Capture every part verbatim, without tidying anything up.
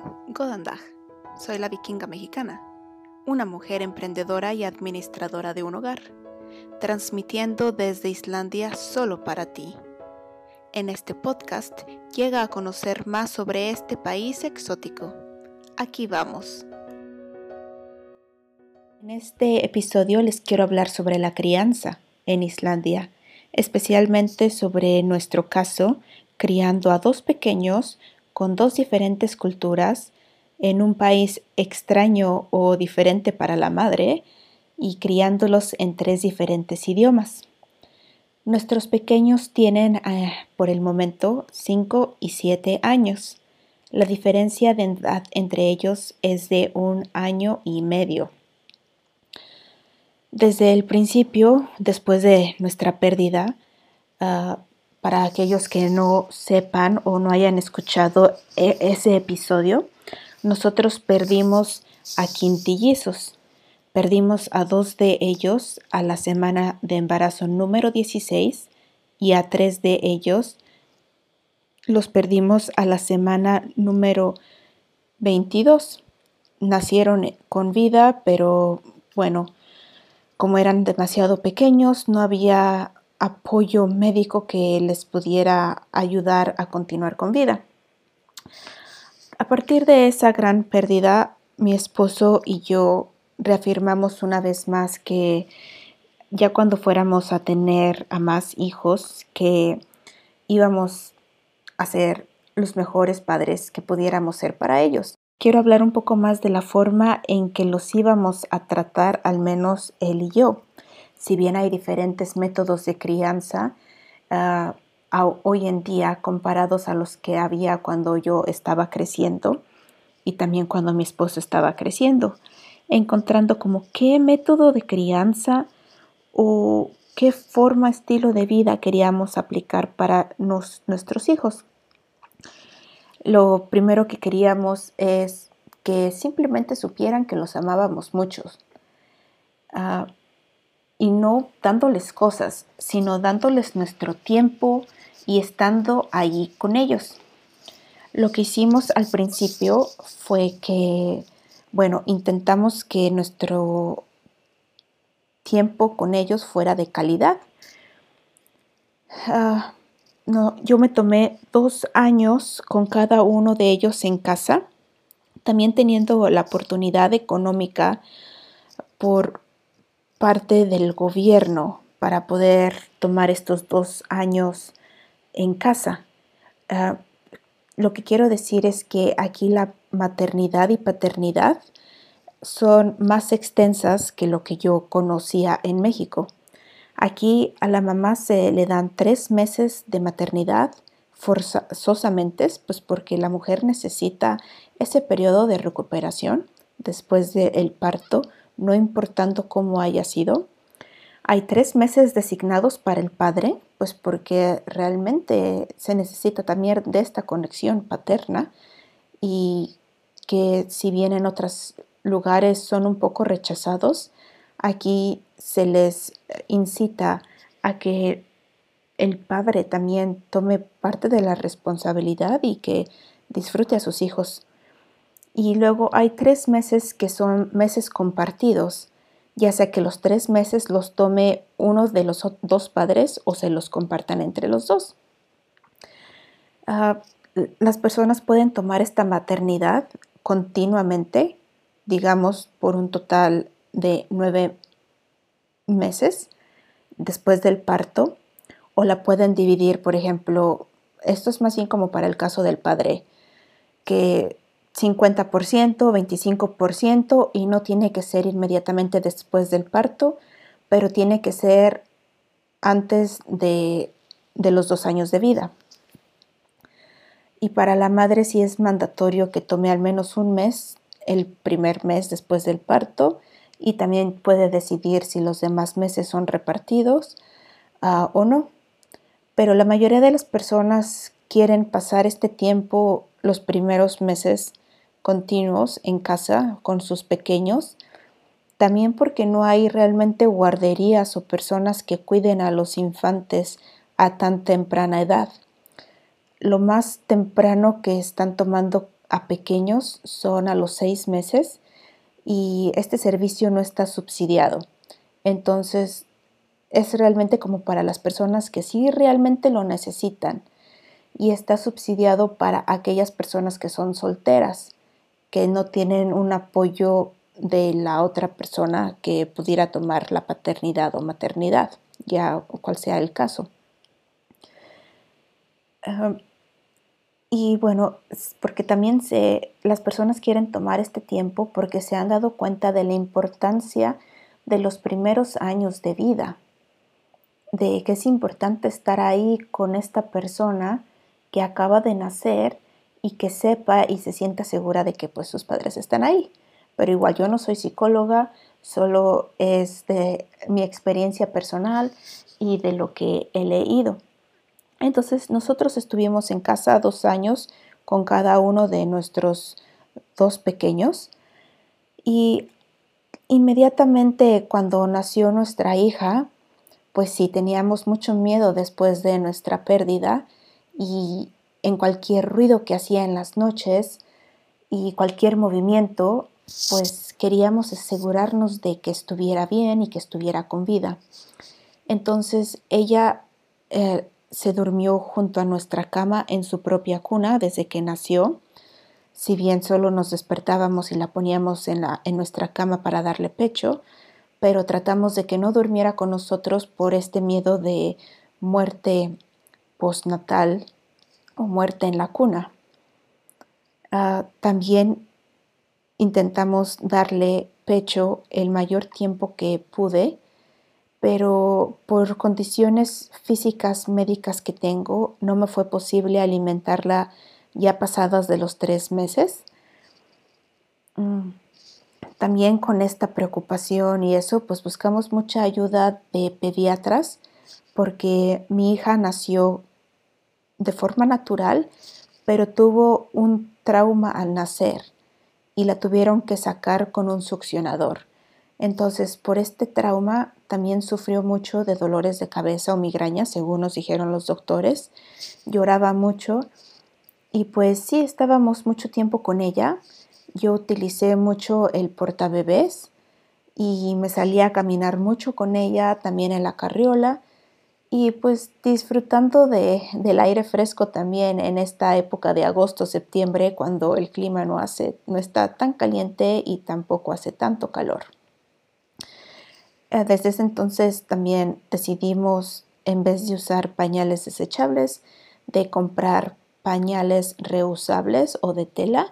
Godandag. Soy la vikinga mexicana, una mujer emprendedora y administradora de un hogar, transmitiendo desde Islandia solo para ti. En este podcast llega a conocer más sobre este país exótico. Aquí vamos. En este episodio les quiero hablar sobre la crianza en Islandia, especialmente sobre nuestro caso, criando a dos pequeños con dos diferentes culturas en un país extraño o diferente para la madre y criándolos en tres diferentes idiomas. Nuestros pequeños tienen eh, por el momento cinco y siete años. La diferencia de edad entre ellos es de un año y medio. Desde el principio, después de nuestra pérdida, uh, para aquellos que no sepan o no hayan escuchado e- ese episodio, nosotros perdimos a quintillizos. Perdimos a dos de ellos a la semana de embarazo número dieciséis y a tres de ellos los perdimos a la semana número veintidós. Nacieron con vida, pero bueno, como eran demasiado pequeños, no había apoyo médico que les pudiera ayudar a continuar con vida. A partir de esa gran pérdida, mi esposo y yo reafirmamos una vez más que ya cuando fuéramos a tener a más hijos, que íbamos a ser los mejores padres que pudiéramos ser para ellos. Quiero hablar un poco más de la forma en que los íbamos a tratar, al menos él y yo. Si bien hay diferentes métodos de crianza uh, a, hoy en día comparados a los que había cuando yo estaba creciendo y también cuando mi esposo estaba creciendo, encontrando como qué método de crianza o qué forma, estilo de vida queríamos aplicar para nos, nuestros hijos. Lo primero que queríamos es que simplemente supieran que los amábamos mucho. Uh, y no dándoles cosas, sino dándoles nuestro tiempo y estando allí con ellos. Lo que hicimos al principio fue que, bueno, intentamos que nuestro tiempo con ellos fuera de calidad. Uh, no, yo me tomé dos años con cada uno de ellos en casa, también teniendo la oportunidad económica por parte del gobierno para poder tomar estos dos años en casa. Uh, lo que quiero decir es que aquí la maternidad y paternidad son más extensas que lo que yo conocía en México. Aquí a la mamá se le dan tres meses de maternidad forzosamente, pues porque la mujer necesita ese periodo de recuperación después del parto, no importando cómo haya sido. Hay tres meses designados para el padre, pues porque realmente se necesita también de esta conexión paterna y que si bien en otros lugares son un poco rechazados, aquí se les incita a que el padre también tome parte de la responsabilidad y que disfrute a sus hijos. Y luego hay tres meses que son meses compartidos, ya sea que los tres meses los tome uno de los dos padres o se los compartan entre los dos. Uh, las personas pueden tomar esta maternidad continuamente, digamos, por un total de nueve meses después del parto, o la pueden dividir, por ejemplo, esto es más bien como para el caso del padre, que cincuenta por ciento, veinticinco por ciento, y no tiene que ser inmediatamente después del parto, pero tiene que ser antes de, de los dos años de vida. Y para la madre sí es mandatorio que tome al menos un mes, el primer mes después del parto, y también puede decidir si los demás meses son repartidos uh, o no. Pero la mayoría de las personas quieren pasar este tiempo, los primeros meses continuos en casa con sus pequeños, también porque no hay realmente guarderías o personas que cuiden a los infantes a tan temprana edad. Lo más temprano que están tomando a pequeños son a los seis meses y este servicio no está subsidiado. Entonces, es realmente como para las personas que sí realmente lo necesitan y está subsidiado para aquellas personas que son solteras, que no tienen un apoyo de la otra persona que pudiera tomar la paternidad o maternidad, ya cual sea el caso. Uh, y bueno, porque también se, las personas quieren tomar este tiempo porque se han dado cuenta de la importancia de los primeros años de vida, de que es importante estar ahí con esta persona que acaba de nacer y que sepa y se sienta segura de que pues sus padres están ahí. Pero igual yo no soy psicóloga, solo es de mi experiencia personal y de lo que he leído. Entonces nosotros estuvimos en casa dos años con cada uno de nuestros dos pequeños y inmediatamente cuando nació nuestra hija, pues sí, teníamos mucho miedo después de nuestra pérdida y en cualquier ruido que hacía en las noches y cualquier movimiento, pues queríamos asegurarnos de que estuviera bien y que estuviera con vida. Entonces ella eh, se durmió junto a nuestra cama en su propia cuna desde que nació. Si bien solo nos despertábamos y la poníamos en, la, en nuestra cama para darle pecho, pero tratamos de que no durmiera con nosotros por este miedo de muerte postnatal o muerte en la cuna. Uh, también intentamos darle pecho el mayor tiempo que pude, pero por condiciones físicas médicas que tengo, no me fue posible alimentarla ya pasadas de los tres meses. Mm. También con esta preocupación y eso, pues buscamos mucha ayuda de pediatras porque mi hija nació de forma natural, pero tuvo un trauma al nacer y la tuvieron que sacar con un succionador. Entonces, por este trauma también sufrió mucho de dolores de cabeza o migrañas, según nos dijeron los doctores. Lloraba mucho y pues sí, estábamos mucho tiempo con ella. Yo utilicé mucho el portabebés y me salía a caminar mucho con ella, también en la carriola, y pues disfrutando de, del aire fresco también en esta época de agosto, septiembre, cuando el clima no, hace, no está tan caliente y tampoco hace tanto calor. Desde ese entonces también decidimos, en vez de usar pañales desechables, de comprar pañales reusables o de tela.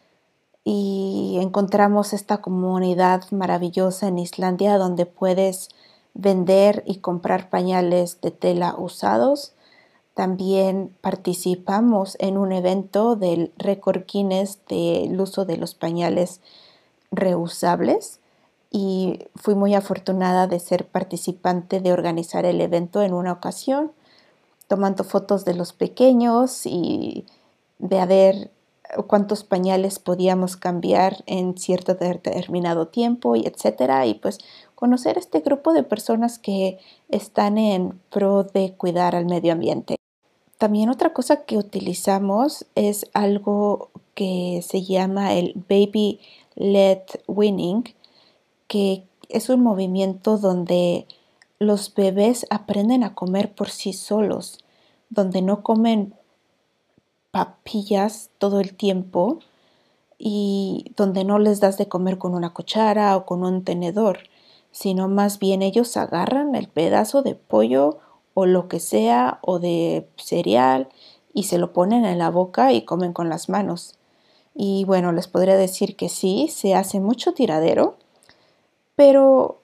Y encontramos esta comunidad maravillosa en Islandia donde puedes vender y comprar pañales de tela usados. También participamos en un evento del récord Guinness del uso de los pañales reusables y fui muy afortunada de ser participante de organizar el evento en una ocasión, tomando fotos de los pequeños y de haber cuántos pañales podíamos cambiar en cierto determinado tiempo, y etcétera. Y pues conocer este grupo de personas que están en pro de cuidar al medio ambiente. También otra cosa que utilizamos es algo que se llama el Baby Led Weaning, que es un movimiento donde los bebés aprenden a comer por sí solos, donde no comen papillas todo el tiempo y donde no les das de comer con una cuchara o con un tenedor, sino más bien ellos agarran el pedazo de pollo o lo que sea o de cereal y se lo ponen en la boca y comen con las manos. Y bueno, les podría decir que sí, se hace mucho tiradero, pero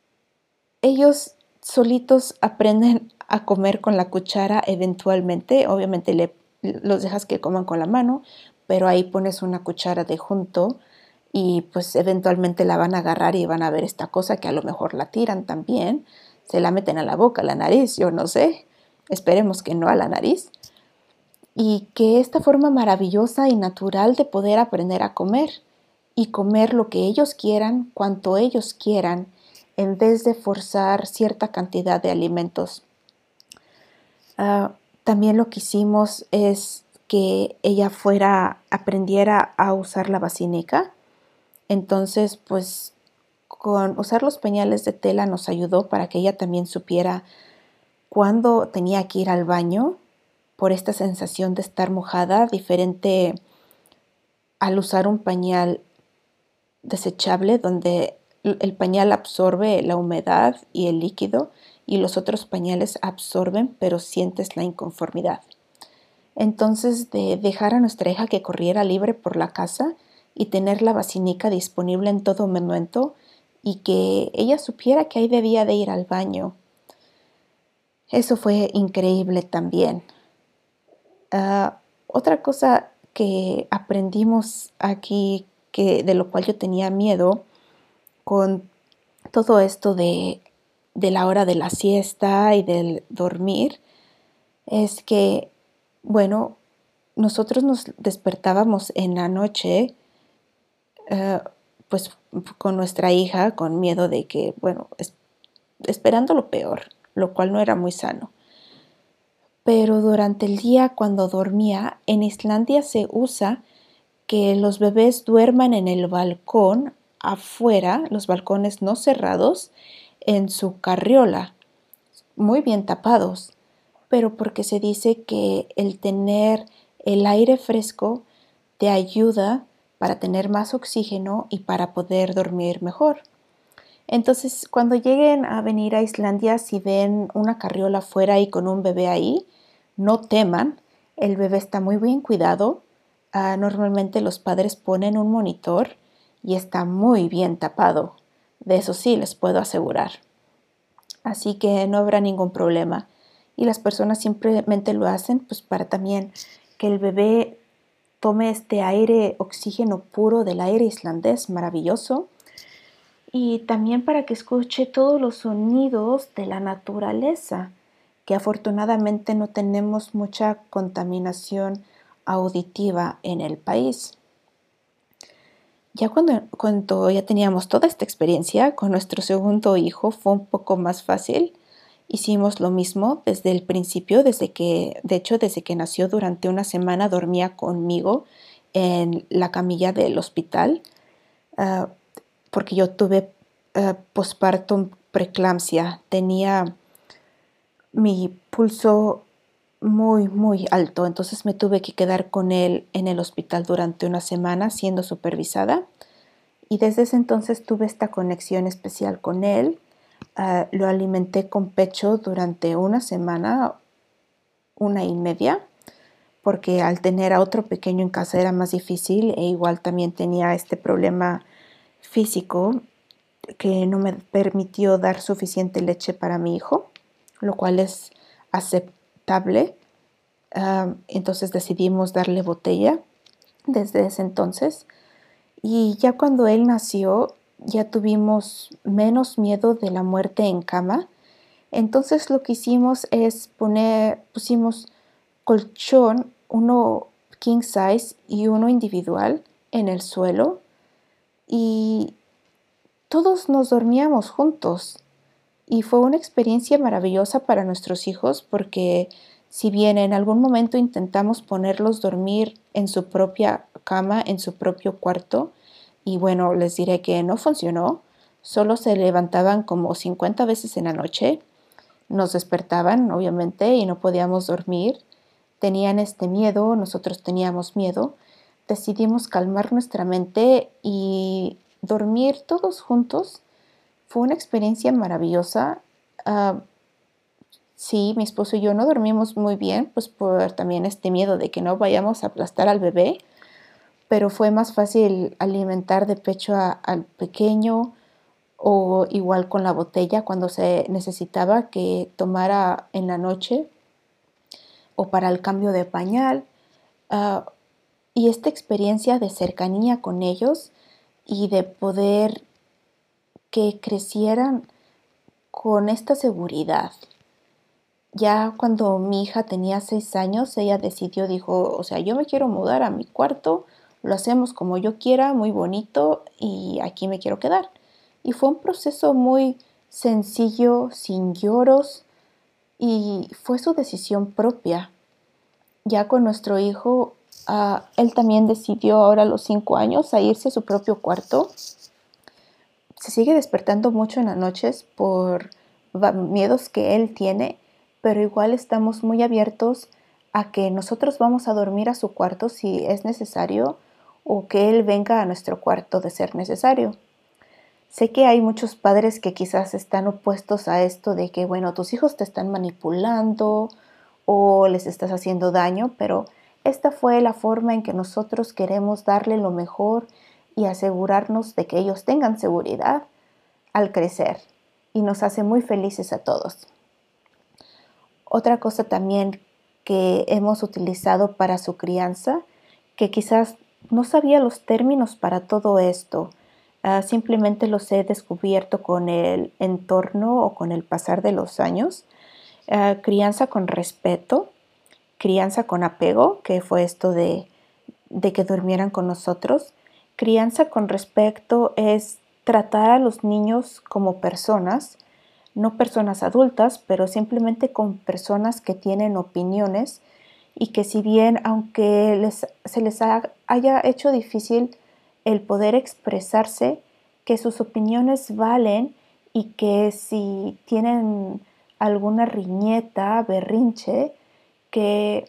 ellos solitos aprenden a comer con la cuchara eventualmente. Obviamente le, los dejas que coman con la mano, pero ahí pones una cuchara de junto y pues eventualmente la van a agarrar y van a ver esta cosa que a lo mejor la tiran también, se la meten a la boca, a la nariz, yo no sé, esperemos que no a la nariz. Y que esta forma maravillosa y natural de poder aprender a comer y comer lo que ellos quieran, cuanto ellos quieran, en vez de forzar cierta cantidad de alimentos. Uh, también lo que hicimos es que ella fuera, aprendiera a usar la vacinica. Entonces, pues con usar los pañales de tela nos ayudó para que ella también supiera cuándo tenía que ir al baño por esta sensación de estar mojada, diferente al usar un pañal desechable donde el pañal absorbe la humedad y el líquido y los otros pañales absorben pero sientes la inconformidad. Entonces, de dejar a nuestra hija que corriera libre por la casa y tener la vacinica disponible en todo momento y que ella supiera que ahí debía de ir al baño. Eso fue increíble también. Uh, otra cosa que aprendimos aquí, que, de lo cual yo tenía miedo, con todo esto de, de la hora de la siesta y del dormir, es que, bueno, nosotros nos despertábamos en la noche, uh, pues con nuestra hija, con miedo de que, bueno, es, esperando lo peor, lo cual no era muy sano. Pero durante el día, cuando dormía, en Islandia se usa que los bebés duerman en el balcón afuera, los balcones no cerrados, en su carriola, muy bien tapados, pero porque se dice que el tener el aire fresco te ayuda para tener más oxígeno y para poder dormir mejor. Entonces, cuando lleguen a venir a Islandia, si ven una carriola afuera y con un bebé ahí, no teman, el bebé está muy bien cuidado. Uh, normalmente los padres ponen un monitor y está muy bien tapado. De eso sí les puedo asegurar. Así que no habrá ningún problema. Y las personas simplemente lo hacen pues para también que el bebé tome este aire, oxígeno puro del aire islandés maravilloso. Y también para que escuche todos los sonidos de la naturaleza, que afortunadamente no tenemos mucha contaminación auditiva en el país. Ya cuando, cuando ya teníamos toda esta experiencia con nuestro segundo hijo fue un poco más fácil. Hicimos lo mismo desde el principio, desde que, de hecho, desde que nació durante una semana dormía conmigo en la camilla del hospital, uh, porque yo tuve uh, postpartum preeclampsia, tenía mi pulso muy, muy alto, entonces me tuve que quedar con él en el hospital durante una semana siendo supervisada y desde ese entonces tuve esta conexión especial con él. Uh, lo alimenté con pecho durante una semana, una y media, porque al tener a otro pequeño en casa era más difícil e igual también tenía este problema físico que no me permitió dar suficiente leche para mi hijo, lo cual es aceptable. Uh, entonces decidimos darle botella desde ese entonces. Y ya cuando él nació, ya tuvimos menos miedo de la muerte en cama. Entonces lo que hicimos es poner, pusimos colchón, uno king size y uno individual en el suelo. Y todos nos dormíamos juntos. Y fue una experiencia maravillosa para nuestros hijos porque si bien en algún momento intentamos ponerlos dormir en su propia cama, en su propio cuarto, y bueno, les diré que no funcionó, solo se levantaban como cincuenta veces en la noche, nos despertaban obviamente y no podíamos dormir, tenían este miedo, nosotros teníamos miedo, decidimos calmar nuestra mente y dormir todos juntos. Fue una experiencia maravillosa. Uh, sí, mi esposo y yo no dormimos muy bien, pues por también este miedo de que no vayamos a aplastar al bebé, pero fue más fácil alimentar de pecho a, al pequeño o igual con la botella cuando se necesitaba que tomara en la noche o para el cambio de pañal. Uh, y esta experiencia de cercanía con ellos y de poder que crecieran con esta seguridad. Ya cuando mi hija tenía seis años, ella decidió, dijo, o sea, yo me quiero mudar a mi cuarto, lo hacemos como yo quiera, muy bonito, y aquí me quiero quedar. Y fue un proceso muy sencillo, sin lloros, y fue su decisión propia. Ya con nuestro hijo, uh, él también decidió ahora a los cinco años a irse a su propio cuarto. Se sigue despertando mucho en las noches por miedos que él tiene, pero igual estamos muy abiertos a que nosotros vamos a dormir a su cuarto si es necesario o que él venga a nuestro cuarto de ser necesario. Sé que hay muchos padres que quizás están opuestos a esto de que, bueno, tus hijos te están manipulando o les estás haciendo daño, pero esta fue la forma en que nosotros queremos darle lo mejor y asegurarnos de que ellos tengan seguridad al crecer, y nos hace muy felices a todos. Otra cosa también que hemos utilizado para su crianza, que quizás no sabía los términos para todo esto, uh, simplemente los he descubierto con el entorno o con el pasar de los años. Uh, crianza con respeto, crianza con apego, que fue esto de, de que durmieran con nosotros. Crianza con respeto es tratar a los niños como personas, no personas adultas, pero simplemente con personas que tienen opiniones y que si bien, aunque les, se les ha, haya hecho difícil el poder expresarse, que sus opiniones valen y que si tienen alguna riñeta, berrinche, que,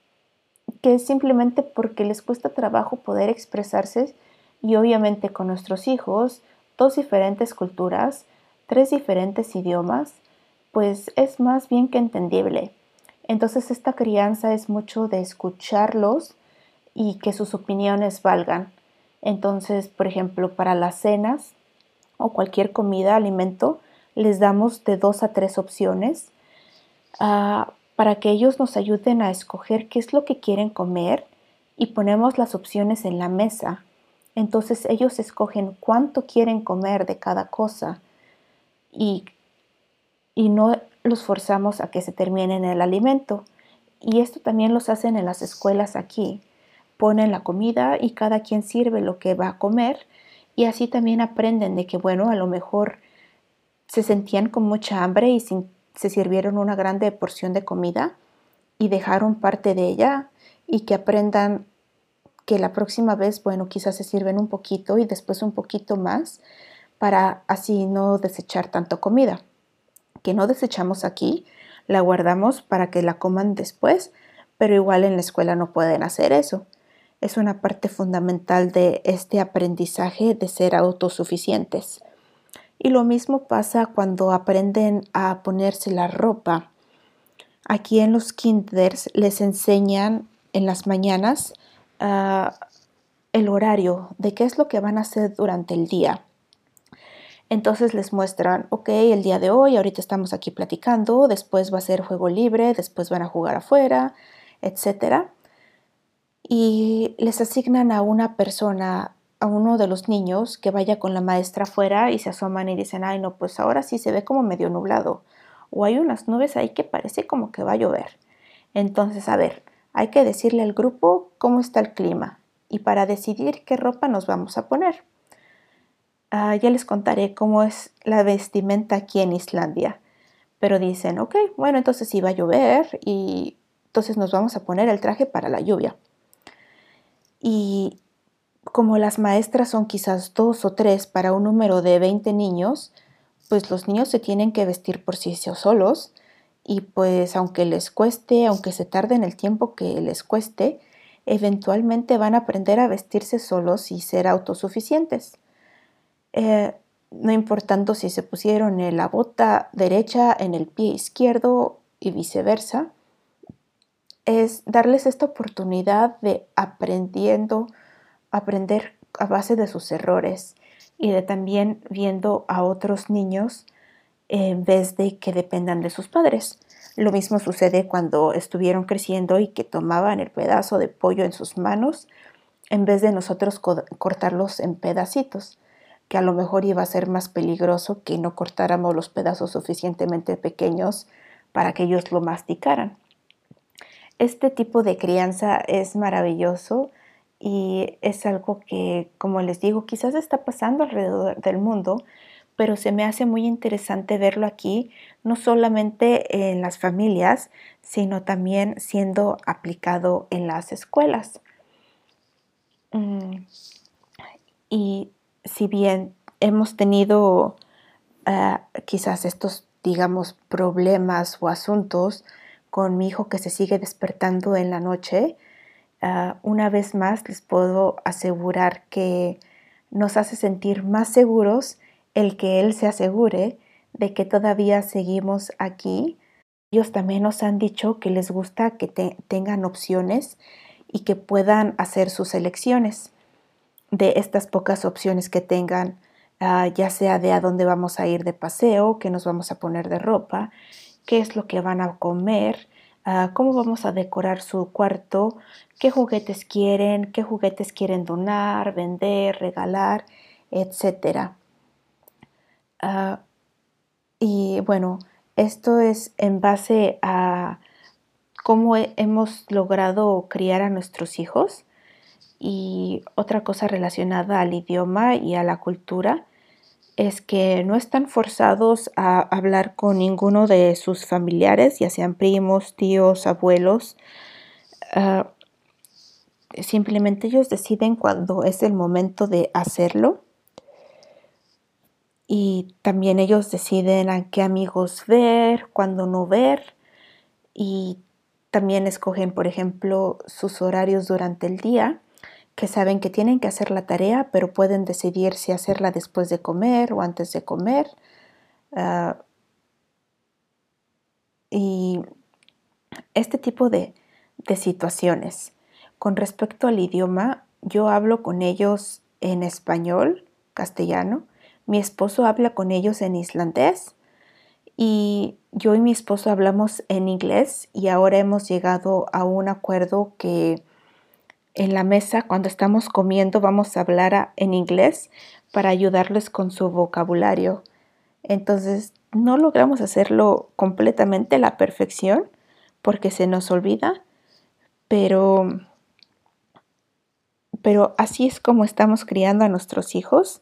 que es simplemente porque les cuesta trabajo poder expresarse, y obviamente con nuestros hijos, dos diferentes culturas, tres diferentes idiomas, pues es más bien que entendible. Entonces esta crianza es mucho de escucharlos y que sus opiniones valgan. Entonces, por ejemplo, para las cenas o cualquier comida, alimento, les damos de dos a tres opciones uh, para que ellos nos ayuden a escoger qué es lo que quieren comer, y ponemos las opciones en la mesa. Entonces ellos escogen cuánto quieren comer de cada cosa y, y no los forzamos a que se terminen el alimento. Y esto también los hacen en las escuelas aquí. Ponen la comida y cada quien sirve lo que va a comer, y así también aprenden de que, bueno, a lo mejor se sentían con mucha hambre y sin, se sirvieron una grande porción de comida y dejaron parte de ella, y que aprendan que la próxima vez, bueno, quizás se sirven un poquito y después un poquito más para así no desechar tanto comida. Que no desechamos aquí, la guardamos para que la coman después, pero igual en la escuela no pueden hacer eso. Es una parte fundamental de este aprendizaje de ser autosuficientes. Y lo mismo pasa cuando aprenden a ponerse la ropa. Aquí en los kinders les enseñan en las mañanas uh, el horario de qué es lo que van a hacer durante el día. Entonces les muestran, ok, el día de hoy, ahorita estamos aquí platicando, después va a ser juego libre, después van a jugar afuera, etcétera. Y les asignan a una persona, a uno de los niños, que vaya con la maestra afuera, y se asoman y dicen, ay no, pues ahora sí se ve como medio nublado, o hay unas nubes ahí que parece como que va a llover. Entonces, a ver, hay que decirle al grupo cómo está el clima y para decidir qué ropa nos vamos a poner. Uh, ya les contaré cómo es la vestimenta aquí en Islandia. Pero dicen, ok, bueno, entonces sí va a llover y entonces nos vamos a poner el traje para la lluvia. Y como las maestras son quizás dos o tres para un número de veinte niños, pues los niños se tienen que vestir por sí solos, y pues aunque les cueste, aunque se tarden el tiempo que les cueste, eventualmente van a aprender a vestirse solos y ser autosuficientes. Eh, no importando si se pusieron la bota derecha en el pie izquierdo y viceversa, es darles esta oportunidad de aprendiendo, aprender a base de sus errores y de también viendo a otros niños en vez de que dependan de sus padres. Lo mismo sucede cuando estuvieron creciendo y que tomaban el pedazo de pollo en sus manos en vez de nosotros co- cortarlos en pedacitos, que a lo mejor iba a ser más peligroso que no cortáramos los pedazos suficientemente pequeños para que ellos lo masticaran. Este tipo de crianza es maravilloso y es algo que, como les digo, quizás está pasando alrededor del mundo, pero se me hace muy interesante verlo aquí, no solamente en las familias, sino también siendo aplicado en las escuelas. Mm, Y si bien hemos tenido uh, quizás estos, digamos, problemas o asuntos con mi hijo que se sigue despertando en la noche, uh, una vez más les puedo asegurar que nos hace sentir más seguros el que él se asegure de que todavía seguimos aquí. Ellos también nos han dicho que les gusta que te tengan opciones y que puedan hacer sus elecciones de estas pocas opciones que tengan, uh, ya sea de a dónde vamos a ir de paseo, qué nos vamos a poner de ropa, qué es lo que van a comer, uh, cómo vamos a decorar su cuarto, qué juguetes quieren, qué juguetes quieren donar, vender, regalar, etcétera. Uh, y bueno, esto es en base a cómo he- hemos logrado criar a nuestros hijos. Y otra cosa relacionada al idioma y a la cultura es que no están forzados a hablar con ninguno de sus familiares, ya sean primos, tíos, abuelos. Uh, simplemente ellos deciden cuando es el momento de hacerlo. Y también ellos deciden a qué amigos ver, cuándo no ver. Y también escogen, por ejemplo, sus horarios durante el día, que saben que tienen que hacer la tarea, pero pueden decidir si hacerla después de comer o antes de comer. Uh, y este tipo de, de situaciones. Con respecto al idioma, yo hablo con ellos en español, castellano. Mi esposo habla con ellos en islandés. Y yo y mi esposo hablamos en inglés y ahora hemos llegado a un acuerdo que en la mesa, cuando estamos comiendo, vamos a hablar a- en inglés para ayudarles con su vocabulario. Entonces, no logramos hacerlo completamente a la perfección porque se nos olvida, pero, pero así es como estamos criando a nuestros hijos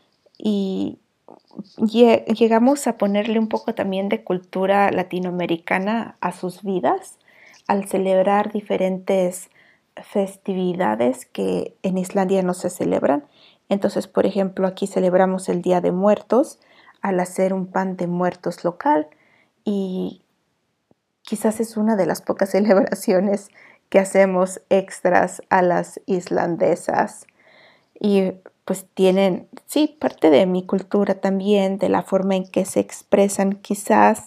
y lle- llegamos a ponerle un poco también de cultura latinoamericana a sus vidas al celebrar diferentes festividades que en Islandia no se celebran. Entonces, por ejemplo, aquí celebramos el Día de Muertos al hacer un pan de muertos local y quizás es una de las pocas celebraciones que hacemos extras a las islandesas. Y pues tienen, sí, parte de mi cultura también, de la forma en que se expresan quizás.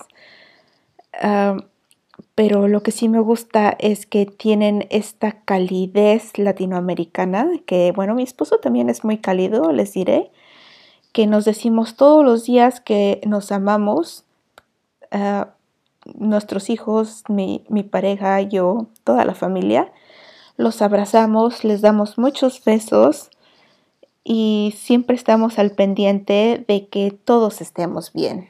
Uh, pero lo que sí me gusta es que tienen esta calidez latinoamericana, que bueno, mi esposo también es muy cálido, les diré, que nos decimos todos los días que nos amamos, uh, nuestros hijos, mi, mi pareja, yo, toda la familia, los abrazamos, les damos muchos besos y siempre estamos al pendiente de que todos estemos bien.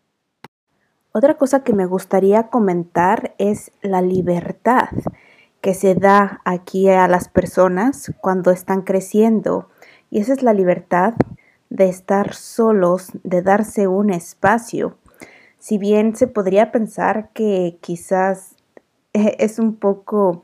Otra cosa que me gustaría comentar es la libertad que se da aquí a las personas cuando están creciendo. Y esa es la libertad de estar solos, de darse un espacio. Si bien se podría pensar que quizás es un poco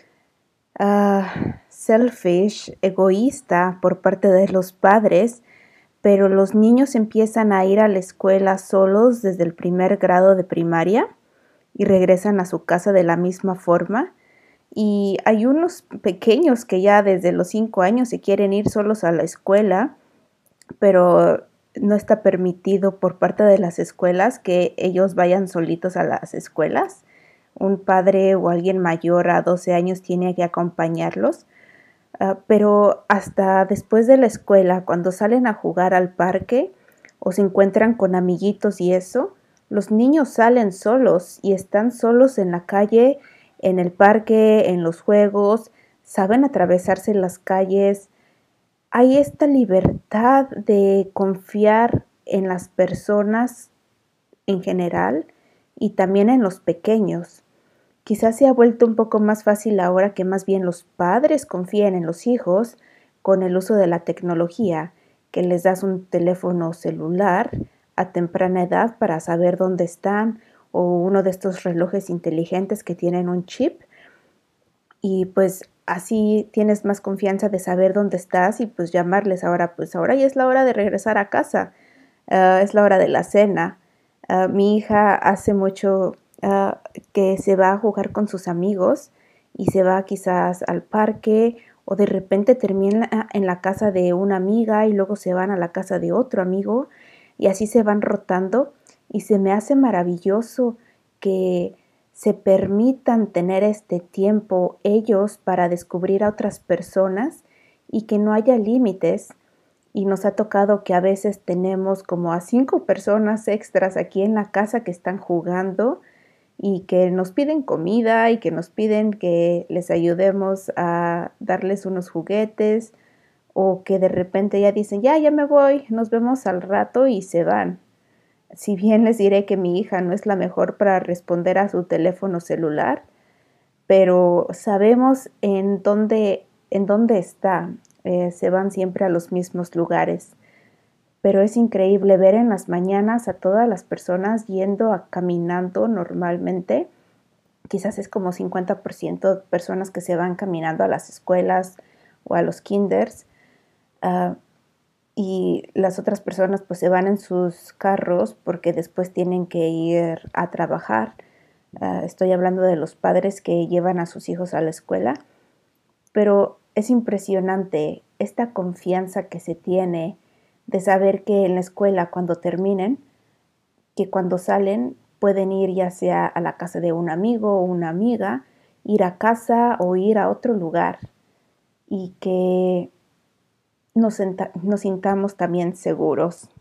uh, selfish, egoísta por parte de los padres, pero los niños empiezan a ir a la escuela solos desde el primer grado de primaria y regresan a su casa de la misma forma. Y hay unos pequeños que ya desde los cinco años se quieren ir solos a la escuela, pero no está permitido por parte de las escuelas que ellos vayan solitos a las escuelas. Un padre o alguien mayor a doce años tiene que acompañarlos. Uh, pero hasta después de la escuela, cuando salen a jugar al parque o se encuentran con amiguitos y eso, los niños salen solos y están solos en la calle, en el parque, en los juegos, saben atravesarse las calles. Hay esta libertad de confiar en las personas en general y también en los pequeños. Quizás se ha vuelto un poco más fácil ahora que más bien los padres confíen en los hijos con el uso de la tecnología, que les das un teléfono celular a temprana edad para saber dónde están, o uno de estos relojes inteligentes que tienen un chip, y pues así tienes más confianza de saber dónde estás y pues llamarles ahora, pues ahora ya es la hora de regresar a casa, ah, es la hora de la cena. Ah, mi hija hace mucho ah, que se va a jugar con sus amigos y se va quizás al parque o de repente termina en la casa de una amiga y luego se van a la casa de otro amigo y así se van rotando y se me hace maravilloso que se permitan tener este tiempo ellos para descubrir a otras personas y que no haya límites. Y nos ha tocado que a veces tenemos como a cinco personas extras aquí en la casa que están jugando y que nos piden comida y que nos piden que les ayudemos a darles unos juguetes o que de repente ya dicen, ya, ya me voy, nos vemos al rato y se van. Si bien les diré que mi hija no es la mejor para responder a su teléfono celular, pero sabemos en dónde, en dónde está. Eh, se van siempre a los mismos lugares. Pero es increíble ver en las mañanas a todas las personas yendo a caminando normalmente. Quizás es como cincuenta por ciento de personas que se van caminando a las escuelas o a los kinders. Uh, y las otras personas pues se van en sus carros porque después tienen que ir a trabajar. Uh, estoy hablando de los padres que llevan a sus hijos a la escuela, pero es impresionante esta confianza que se tiene de saber que en la escuela cuando terminen, que cuando salen pueden ir ya sea a la casa de un amigo o una amiga, ir a casa o ir a otro lugar y que nos, nos sintamos también seguros.